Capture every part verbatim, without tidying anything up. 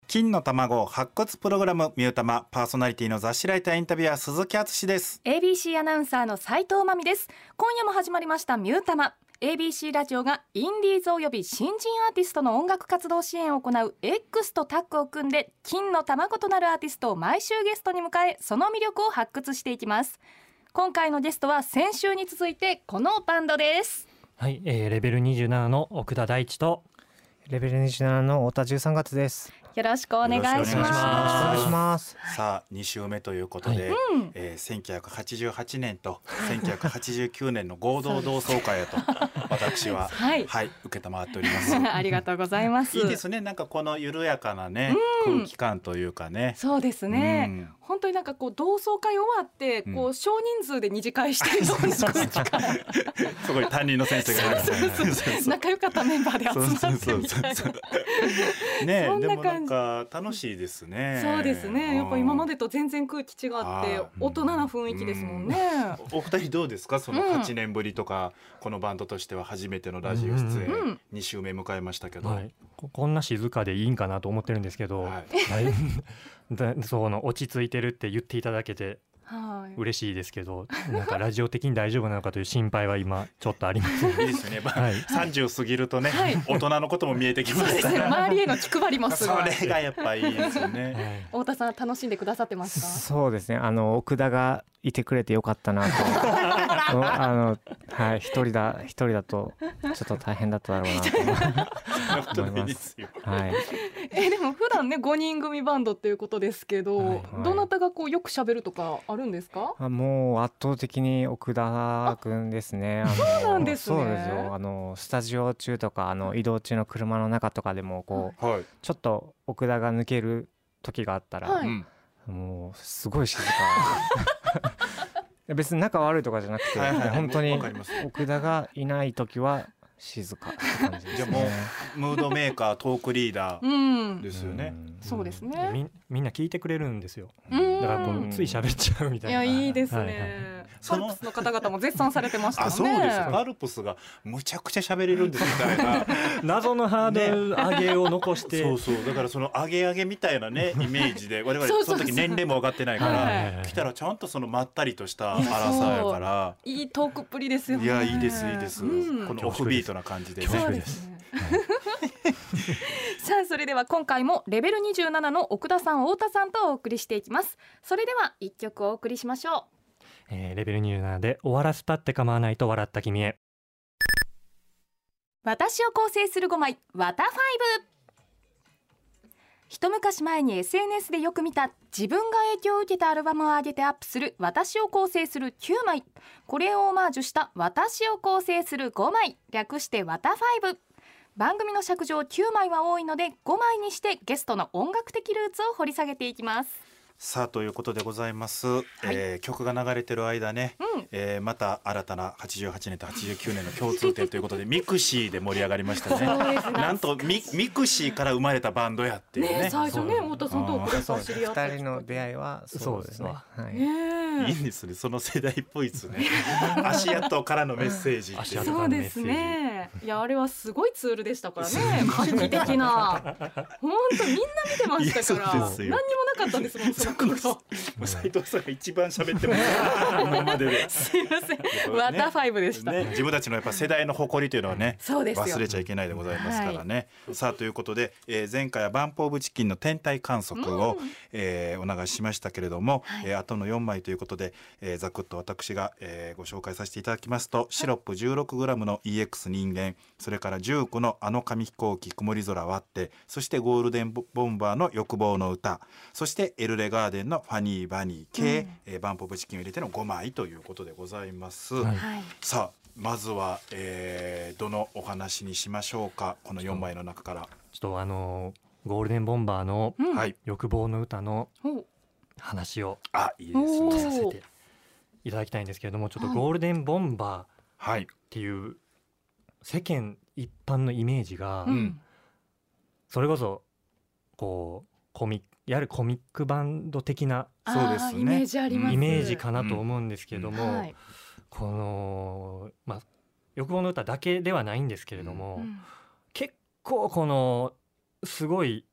金の卵発掘プログラムミュータマ、パーソナリティの雑誌ライターインタビュアー鈴木敦です。 エービーシー アナウンサーの斉藤真美です。今夜も始まりましたミュータマ。 エービーシー ラジオがインディーズおよび新人アーティストの音楽活動支援を行う X とタッグを組んで金の卵となるアーティストを毎週ゲストに迎え、その魅力を発掘していきます。今回のゲストは先週に続いてこのバンドです。 はい、えー、レベルにじゅうななの奥田大地とレベルにじゅうななの太田じゅうさんがつです。 よろしくお願いします。 お願いします。 さあに週目ということで、はいうんえー、せんきゅうひゃくはちじゅうはちねんとせんきゅうひゃくはちじゅうきゅうねんの合同同窓会へと私は、はいはい、受けたまっておりますありがとうございます。 いいですね、なんかこの緩やかなね、うん、空気感というかね。 そうですね、うん、本当になんかこう同窓会終わってこう、うん、少人数で二次会してるような空気感そこに担任の先生がいるそうそうそう仲良かったメンバーで集まってみたいなねえでもなんか楽しいですね。 そうですね、やっぱ今までと全然空気違って大人な雰囲気ですもんね。 お二人どうですか、そのはちねんぶりとか、うん、このバンドとしては初めてのラジオ出演、うん、に週目迎えましたけど、はい、 こんな静かでいいんかなと思ってるんですけど、はい、その落ち着いてるって言っていただけて嬉しいですけど、なんかラジオ的に大丈夫なのかという心配は今ちょっとありますね。 いいですね、はい、さんじゅう過ぎるとね、はい、大人のことも見えてきますから、 周りへの気配りもすごいそれがやっぱいいですよね、 はい、太田さん楽しんでくださってますか？ そうですね、あの奥田がいてくれてよかったなとあの、はい、一人だ一人だとちょっと大変だっただろうなと思います。はい、 えでも普段ねごにん組バンドっていうことですけど、はいはい、どなたがこうよく喋るとかあるんですか？ あもう圧倒的に奥田くんですね。あのそうなんですね。 そうですよ、あのスタジオ中とかあの移動中の車の中とかでもこう、はい、ちょっと奥田が抜ける時があったら、はい、もうすごい静か別に仲悪いとかじゃなくて、はいはいはい、本当に奥田がいない時は静かって感じですね。 じゃあもうムードメーカートークリーダーですよね。 うん、そうですね。 み, みんな聞いてくれるんですよ。だからこうつい喋っちゃうみたいな。 いやいいですね。はいはい、パルプスの方々も絶賛されてましたね。あそうです。パルプスがむちゃくちゃ喋れるんですみたいな謎のハードル上げを残して、 ね、そうそうだからその上げ上げみたいなねイメージで我々その時年齢も分かってないからはいはい、来たらちゃんとそのまったりとした荒さやからいいトークっぷりですよね。 いやいいですいいです、うん、このオフビートな感じでね。 そうですねさあそれでは今回もレベルにじゅうななの奥田さん太田さんとお送りしていきます。それではいっきょくお送りしましょう。 えー、レベルにじゅうななで終わらせたって構わないと笑った君へ。 私を構成するごまいワタファイブ。一昔前に エスエヌエス でよく見た自分が影響を受けたアルバムを上げてアップする私を構成するきゅうまい、これをオマージュした私を構成するごまい、略してワタファイブ。番組の尺上きゅうまいは多いのでごまいにしてゲストの音楽的ルーツを掘り下げていきます。 さあということでございます、はいえー、曲が流れてる間ね、うんえー、また新たなはちじゅうはちねんとはちじゅうきゅうねんの共通点ということでミクシーで盛り上がりましたね。なんと ミ, ミクシーから生まれたバンドやっていう ね, ね最初ね太田さんと奥田さん知り合ったふたりの出会いはそうですね。はい、 いいんですね、その世代っぽいですね足跡からのメッセージっていう。 そうですね、いやあれはすごいツールでしたからね画期的な本当みんな見てましたから何にもなかったんですもんその頃斉藤さんが一番喋ってます今までで。 すいません、ね、ワタファイブでした、 ね、自分たちのやっぱ世代の誇りというのはねそうですよ忘れちゃいけないでございますからね、はい、さあということで、えー、前回はバンプオブチキンの天体観測を、うんえー、お流ししましたけれども、はいえー、あとのよんまいということで、えー、ざくっと私が、えー、ご紹介させていただきますと、はい、シロップ じゅうろくグラム の イーエックス 人間、それからじゅうこのあの紙飛行機曇り空割って、そしてゴールデンボンバーの欲望の歌、そしてエルレガーデンのファニーバニー系、うんえー、バンプオブチキンを入れてのごまいということでございます、はい、さあまずは、えー、どのお話にしましょうか。このよんまいの中からちょっとあのゴールデンボンバーの欲望の歌の話をさせていただきたいんですけれども、ちょっとゴールデンボンバーっていう世間一般のイメージが、うん、それこそこうコミいわゆるコミックバンド的なそうですね、イメージあります、 イメージかなと思うんですけども、うんうんはい、この、まあ、欲望の歌だけではないんですけれども、うん、結構このすごい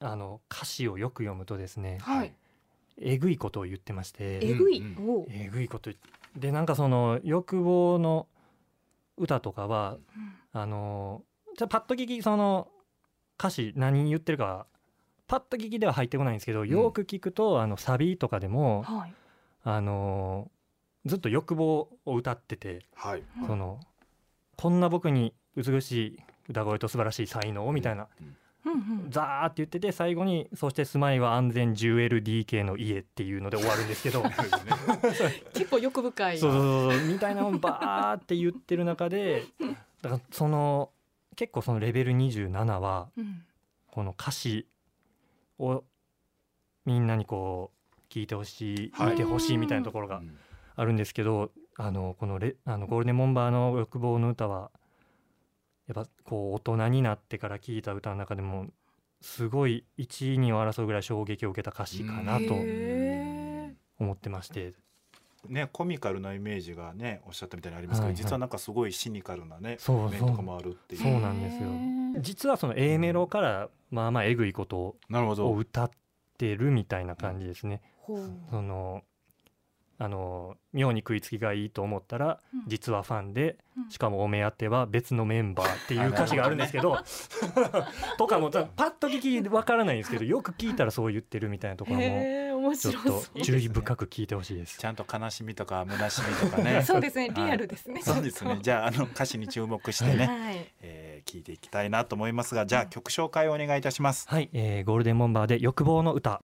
あの歌詞をよく読むとですね、 はい、 えぐいことを言ってまして、 えぐい、 うん、えぐいことで、なんかその欲望の歌とかは、うん、あのじゃパッと聞きその歌詞何言ってるかパッと聞きでは入ってこないんですけど、よく聞くと、うん、あのサビとかでも、はい、あのずっと欲望を歌ってて、はい、そのこんな僕に美しい歌声と素晴らしい才能みたいな、うんうん、ザーって言ってて、最後にそして住まいは安全 じゅうエルディーケー の家っていうので終わるんですけど結構欲深いそうそうそうみたいなのをバーって言ってる中で、だからその結構そのレベルにじゅうななは、うん、この歌詞をみんなにこう聞いてほしい、見てほしいみたいなところがあるんですけど、あのこのレあのゴールデンボンバーの欲望の歌はやっぱこう大人になってから聴いた歌の中でもすごいいちいにを争うぐらい衝撃を受けた歌詞かなと思ってまして、 ね、コミカルなイメージがねおっしゃったみたいにありますけど、はいはい、実はなんかすごいシニカルなね面とかもあるっていう。 そうなんですよ。実はその A メロからまあまあえぐいことを歌ってるみたいな感じですね。そのあの妙に食いつきがいいと思ったら、うん、実はファンで、うん、しかもお目当ては別のメンバーっていう歌詞があるんですけどとかもパッと聞き分からないんですけど、よく聞いたらそう言ってるみたいなところもちょっと注意深く聞いてほしいです。 ちゃんと悲しみとか虚しみとかねそうですね、リアルですね。 そうですね。じゃあ、あの歌詞に注目してね、はい、えー、聞いていきたいなと思いますが、じゃあ曲紹介をお願いいたします。 はい、えー、ゴールデンボンバーで欲望の歌。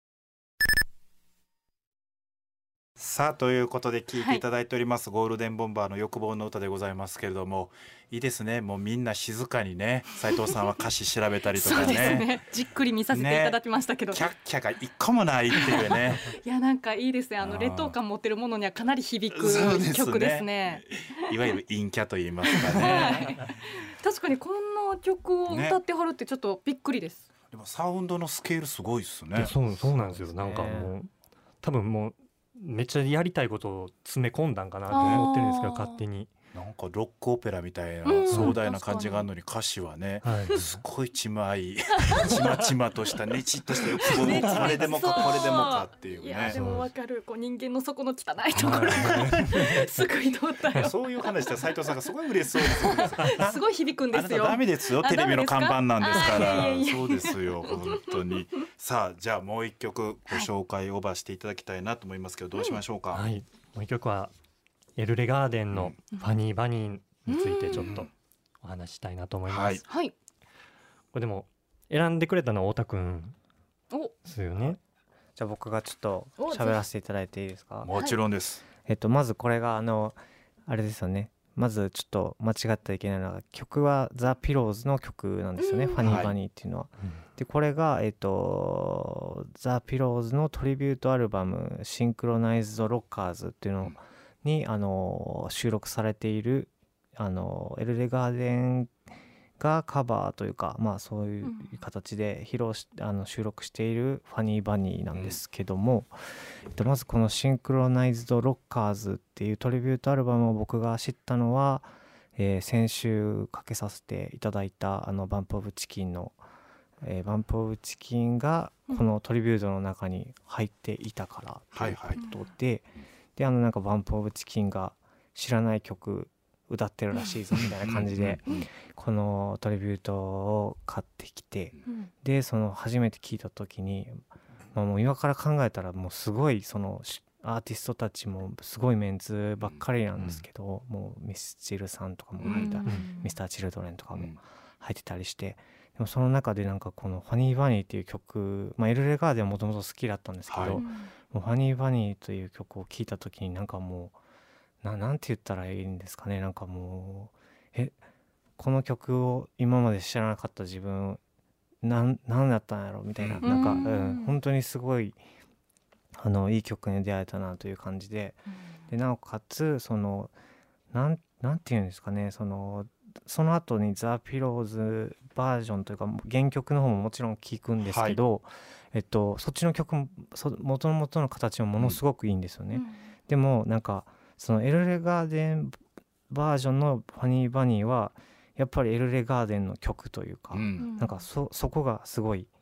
さあということで聴いていただいております、はい、ゴールデンボンバーの欲望の歌でございますけれども、いいですね。もうみんな静かにね、斉藤さんは歌詞調べたりとか ね, そうですね、 じっくり見させていただきましたけど、 ね、キャッキャが一個もないっていうねいやなんかいいですね。あの劣等感持ってるものにはかなり響く曲ですね。 いわゆる陰キャと言いますかね、はい、 確かにこんな曲を歌ってはるってちょっとびっくりです、ね、 でもサウンドのスケールすごいですね。 そう、そうなんですよ。なんかもう多分もうめっちゃやりたいことを詰め込んだんかなと思ってるんですけど、勝手になんかロックオペラみたいな壮大な感じがあるのに、歌詞はね、うん、すごいちまいちまちまとしたねちっとした欲望のこれでもかこれでもかっていうね。 いやでもわかる、こう人間の底の汚いところがすごい通ったよ。 そういう話した斉藤さんがすごい嬉しそうでするんですすごい響くんですよ。 あなたダメですよ、テレビの看板なんですから。そうですよ本当に。さあじゃあもう一曲ご紹介オーバーしていただきたいなと思いますけど、どうしましょうか。 はい、もう一曲はエルレガーデンのファニーバニーについてちょっとお話したいなと思います、はい、これでも選んでくれたのは太田くんですよね。 じゃあ僕がちょっと喋らせていただいていいですか。 もちろんです、 はい、えっとまずこれがあのあれですよね。まずちょっと間違ってはいけないのは、曲はザ・ピローズの曲なんですよね、ファニーバニーっていうのは、はい、でこれがえっとザ・ピローズのトリビュートアルバムシンクロナイズド・ロッカーズっていうのに、うん、あの収録されているあのエルレガーデンがカバーというか、まあそういう形で披露し、うん、あの収録しているファニーバニーなんですけども、うん、えっと、まずこのシンクロナイズドロッカーズっていうトリビュートアルバムを僕が知ったのは、えー、先週かけさせていただいたあのバンプオブチキンの、えー、バンプオブチキンがこのトリビュートの中に入っていたからということで、はいはい、であのなんかバンプオブチキンが知らない曲歌ってるらしいぞみたいな感じでこのトリビュートを買ってきて、でその初めて聴いた時に、まあ、もう今から考えたらもうすごいそのアーティストたちもすごいメンツばっかりなんですけど、もうミスチルさんとかも入った、ミスターチルドレンとかも入ってたりして、でもその中でなんかこのファニーバニーっていう曲、まあ、エルレガーデンはもともと好きだったんですけど、はい、もうファニーバニーという曲を聴いた時になんかもうな, なんて言ったらいいんですかね。なんかもうえこの曲を今まで知らなかった自分なんなんだったんやろみたいな、なんか、うん、本当にすごいあのいい曲に出会えたなという感じで、でなおかつそのなんなんていうんですかね、そのその後にザ・ピローズバージョンというか原曲の方ももちろん聴くんですけど、はい、えっとそっちの曲も元々の形もものすごくいいんですよね、うん、でもなんかそのエルレガーデンバージョンのファニーバニーはやっぱりエルレガーデンの曲というか、うん、なんか そ, そこがすごい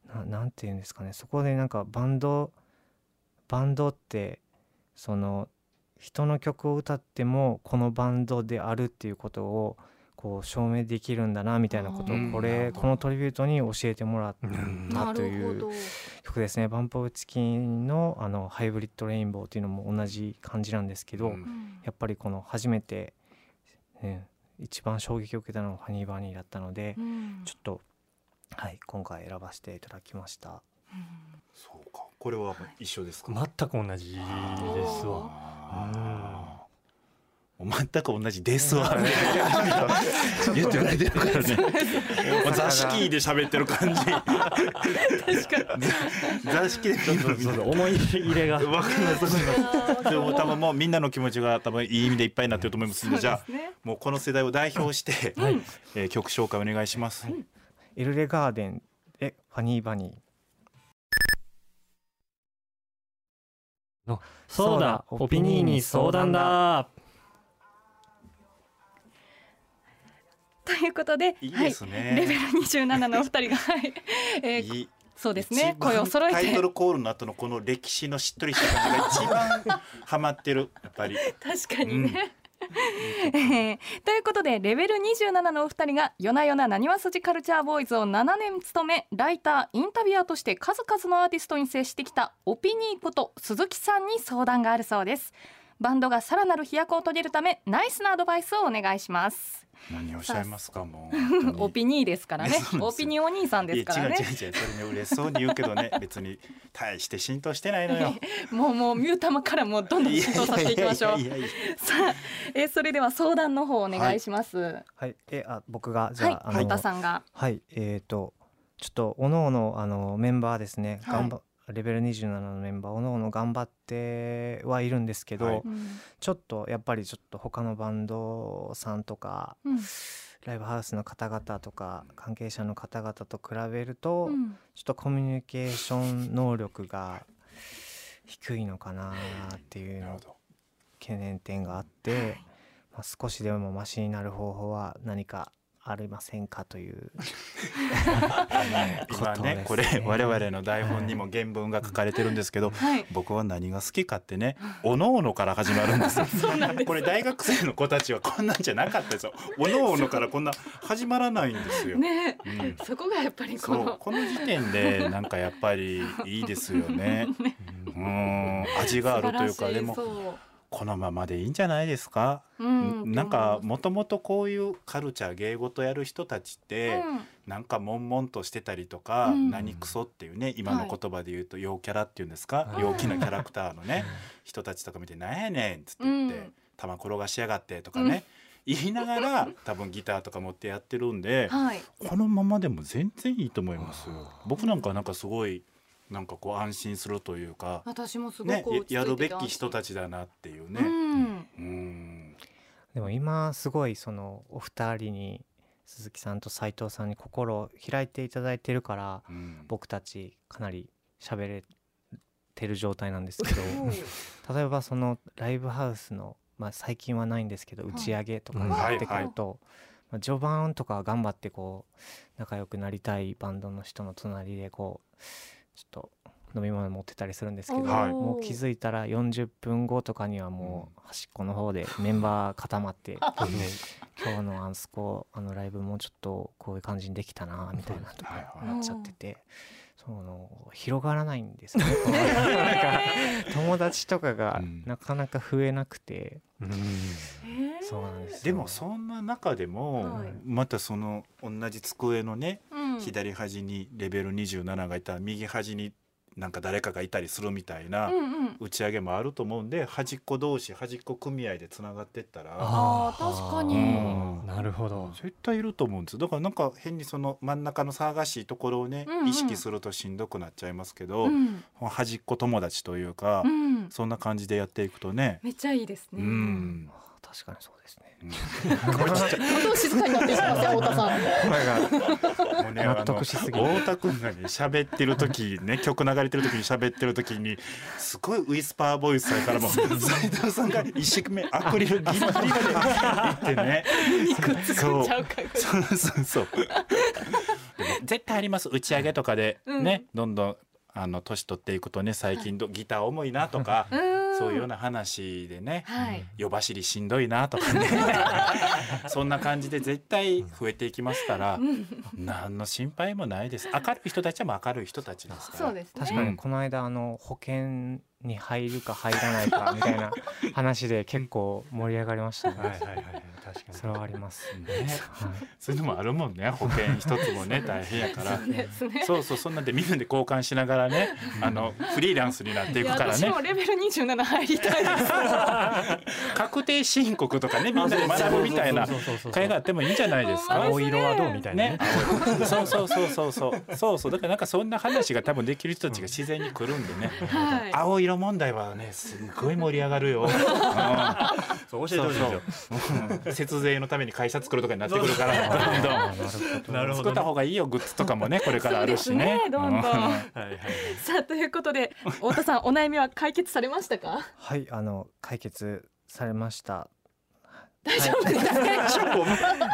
な, なんていうんですかね、そこでなんかバンドバンドってその人の曲を歌ってもこのバンドであるっていうことをこう証明できるんだなみたいなことをこれこのトリビュートに教えてもらったという曲ですね。バンプオブチキンのあのハイブリッドレインボーっていうのも同じ感じなんですけど、やっぱりこの初めて、ね、一番衝撃を受けたのはハニーバニーだったので、ちょっとはい今回選ばせていただきました。 そうか、これは一緒ですか？ 全く同じですわ。 全く同じですわ言ってくれてるからね座敷で喋ってる感じ確かに座敷で思い入れが分かりますでも多分もうみんなの気持ちが多分いい意味でいっぱいになってると思いますので、じゃあもうこの世代を代表して、はいえー、曲紹介お願いします。 エルレガーデンでファニーバニーのそうだオピニーに相談だということで、 いいですね、 はい、レベルにじゅうななのお二人が、はいえー、いいそうですね、声を揃えてタイトルコールの後のこの歴史のしっとりした感じが一番ハマってるやっぱり確かにね、うんえー、ということでレベルにじゅうななのお二人が夜な夜ななにわ筋カルチャーボーイズをななねん務めライターインタビュアーとして数々のアーティストに接してきたオピニーこと鈴木さんに相談があるそうです。バンドがさらなる飛躍を遂げるためナイスなアドバイスをお願いします。 何をおっしゃいますかもうオピニーですからねオピニーお兄さんですからね。 いや違う違う違う、それね嬉しそうに言うけどね別に大して浸透してないのよもうもうミュータマからもうどんどん浸透させていきましょう。さあえそれでは相談の方お願いします。はい、 はい、えあ僕がじゃあ、はい、 太田さんがはいえーとちょっとおのおのあのメンバーですね、はい、頑張レベルにじゅうななのメンバーおのおの頑張ってはいるんですけど、はい、ちょっとやっぱりちょっと他のバンドさんとか、うん、ライブハウスの方々とか関係者の方々と比べると、うん、ちょっとコミュニケーション能力が低いのかなっていうの懸念点があって、まあ、少しでもマシになる方法は何かありませんかという今ねこれ我々の台本にも原文が書かれてるんですけど、はい、僕は何が好きかってねおのおのから始まるんですよこれ大学生の子たちはこんなんじゃなかったですよ。おのおのからこんな始まらないんですよ、 ねうん、そこがやっぱりこのそうこの時点でなんかやっぱりいいですよねうん味があるというかでもこのままでいいんじゃないですか、うん、なんかもともとこういうカルチャー芸事やる人たちって、うん、なんか悶々としてたりとか、うん、何クソっていうね今の言葉で言うと陽キャラっていうんですか、はい、陽気なキャラクターのね人たちとか見てなんやねんっつって言って、うん、玉転がしやがってとかね、うん、言いながら多分ギターとか持ってやってるんで、はい、このままでも全然いいと思いますよ。僕なんかなんかすごいなんかこう安心するというか私もすごく落ち着いてね、やるべき人たちだなっていうね、うんうん、 でも今すごいそのお二人に鈴木さんと斉藤さんに心を開いていただいてるから、うん、僕たちかなり喋れてる状態なんですけど例えばそのライブハウスの、まあ、最近はないんですけど打ち上げとかになってくると、はいはいまあ、序盤とか頑張ってこう仲良くなりたいバンドの人の隣でこうちょっと飲み物持ってたりするんですけど、はい、もう気づいたらよんじゅっぷんごとかにはもう端っこの方でメンバー固まって、ね、今日のあそこあのライブもちょっとこういう感じにできたなみたいなとかなっちゃってて、その広がらないんですよねなんか友達とかがなかなか増えなくて、うん、そうなんですよ。 でもそんな中でも、はい、またその同じ机のね、うん、左端にレベルにじゅうなながいたら右端になんか誰かがいたりするみたいな打ち上げもあると思うんで、端っこ同士端っこ組合でつながってったらあ確かに、うん、 なるほど絶対いると思うんです。だからなんか変にその真ん中の騒がしいところをね、うんうん、意識するとしんどくなっちゃいますけど、うん、端っこ友達というか、うん、そんな感じでやっていくとねめっちゃいいですね、うん、 確かにそうですねどう静かになってしまいますよ太田さんもう、ね、納得しすぎる太田君がね喋ってる時ね曲流れてる時に喋ってる時にすごいウィスパーボイスからも斉藤さんが一生懸命アクリルギリギリまで言ってね肉つくっちゃうかそうそうそうでも絶対あります。打ち上げとかでね、うん、どんどんあの年取っていくとね、最近どギター重いなとか、そういうような話でね、はい、夜走りしんどいなとかねそんな感じで絶対増えていきますから、うん、何の心配もないです。明るい人たちは明るい人たちですから。 そうですね、 確かにこの間あの保険に入るか入らないかみたいな話で結構盛り上がりましたね。はいはいはい、確かにそれはありますね、はい、 そういうのもあるもんね。保険一つもね大変やからそうそう、そんなんでみんなで交換しながらね、あのフリーランスになっていくからね。 私もレベルにじゅうなな入りたいです確定申告とかね、みんなで学ぶみたいな会があってもいいんじゃないですか。 青色はどうみたいなね。 そうそうそうそうそうそうそう、だからなんかそんな話が多分できる人たちが自然に来るんでね、はい、青色問題はねすごい盛り上がるよ、うん、 そう教えてほしいですよ、うん、節税のために会社作るとかになってくるからどんどんなるほど、ね、作った方がいいよグッズとかもねこれからあるしね、 どんどんはいはい、はい、さあということで太田さんお悩みは解決されましたか？ はい、あの解決されました。 大丈夫ですか？大丈夫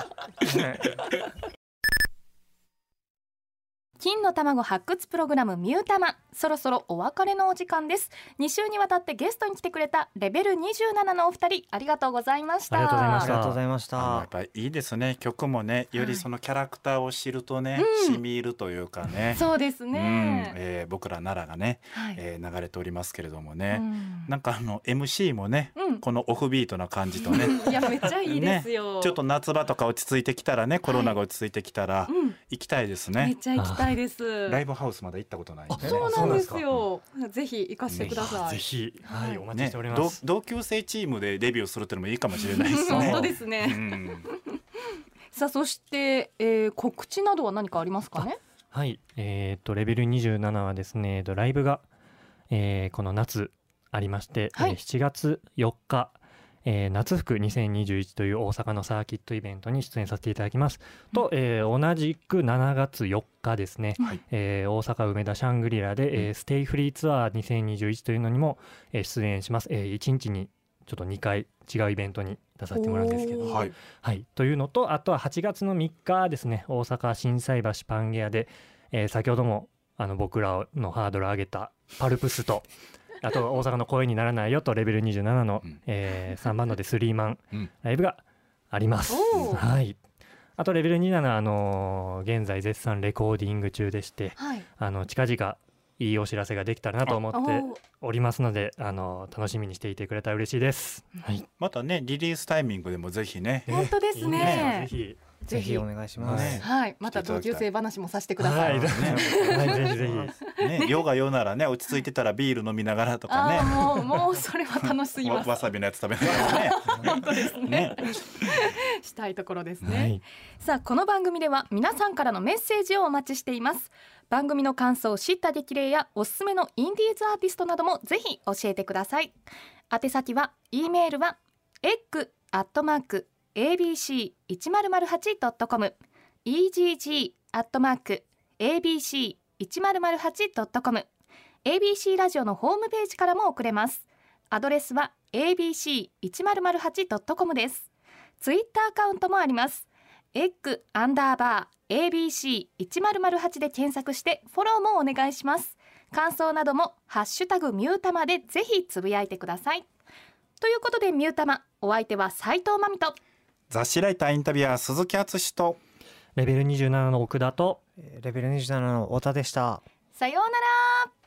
金の卵発掘プログラムミュータマ、そろそろお別れのお時間です。に週にわたってゲストに来てくれたレベルにじゅうななのお二人ありがとうございました。 ありがとうございました。 ありがとうございました。 やっぱりいいですね、曲もねよりそのキャラクターを知るとね、うん、染み入るというかね、 そうですね、 うんえー、僕ら奈良がね、はいえー、流れておりますけれどもね、うん、なんかあの エムシー もね、うん、このオフビートな感じとねいやめっちゃいいですよ、 ね、ちょっと夏場とか落ち着いてきたらね、コロナが落ち着いてきたら、はいうん、行きたいですね。 めっちゃ行きたいです。 ライブハウスまだ行ったことない、ね、 そうなんですよ。ぜひ行かせてください。 ぜひ、はい、お待ちしております、 ね、同級生チームでデビューするってのもいいかもしれないですね。 本当ですね、うん、さあそして、えー、告知などは何かありますかね？ はい、えー、とレベルにじゅうななはですねライブが、えー、この夏ありまして、はいえー、しちがつよっかえー、夏服にせんにじゅういちという大阪のサーキットイベントに出演させていただきます、うん、と、えー、同じくしちがつよっかですね、はいえー、大阪梅田シャングリラで、うんえー、ステイフリーツアーにせんにじゅういちというのにも、えー、出演します、えー、いちにちにちょっとにかい違うイベントに出させてもらうんですけど、はいはい、というのとあとははちがつのみっかですね大阪心斎橋パンゲアで、えー、先ほどもあの僕らのハードルを上げたパルプスとあと大阪の声にならないよとレベルにじゅうななの、うんえー、さんバンドでスリーマンライブがあります、うんはい、あとレベルにじゅうなな、あのー、現在絶賛レコーディング中でして、はい、あの近々いいお知らせができたらなと思っておりますので、あの楽しみにしていてくれたら嬉しいです、 はい、またねリリースタイミングでもぜひね、 本当ですね、 ぜひぜひお願いします。 はい、また同級生話もさせてください。 はい、ぜひぜひ。 ね、夜が夜ならね、落ち着いてたらビール飲みながらとかね。 もうもうそれは楽しすぎます。 わさびのやつ食べながらね。 本当ですね。したいところですね。はい、さあこの番組では皆さんからのメッセージをお待ちしています。番組の感想、知った激励やおすすめのインディーズアーティストなどもぜひ教えてください。宛先は E メールはエッグアットマークエービーシーいちまるまるはちドットコム イージージーアットマークエービーシーいちまるまるはちドットコム エービーシー ラジオのホームページからも送れます。アドレスは エービーシーいちまるまるはちドットコム です。ツイッターアカウントもあります。エッグアンダーバー エービーシーいちまるまるはち で検索してフォローもお願いします。感想などもハッシュタグミュータマでぜひつぶやいてください。ということでミュータマ、お相手は斉藤真美と雑誌ライターインタビュアー鈴木敦とレベルにじゅうななの奥田とレベルにじゅうななの太田でした。 さようなら。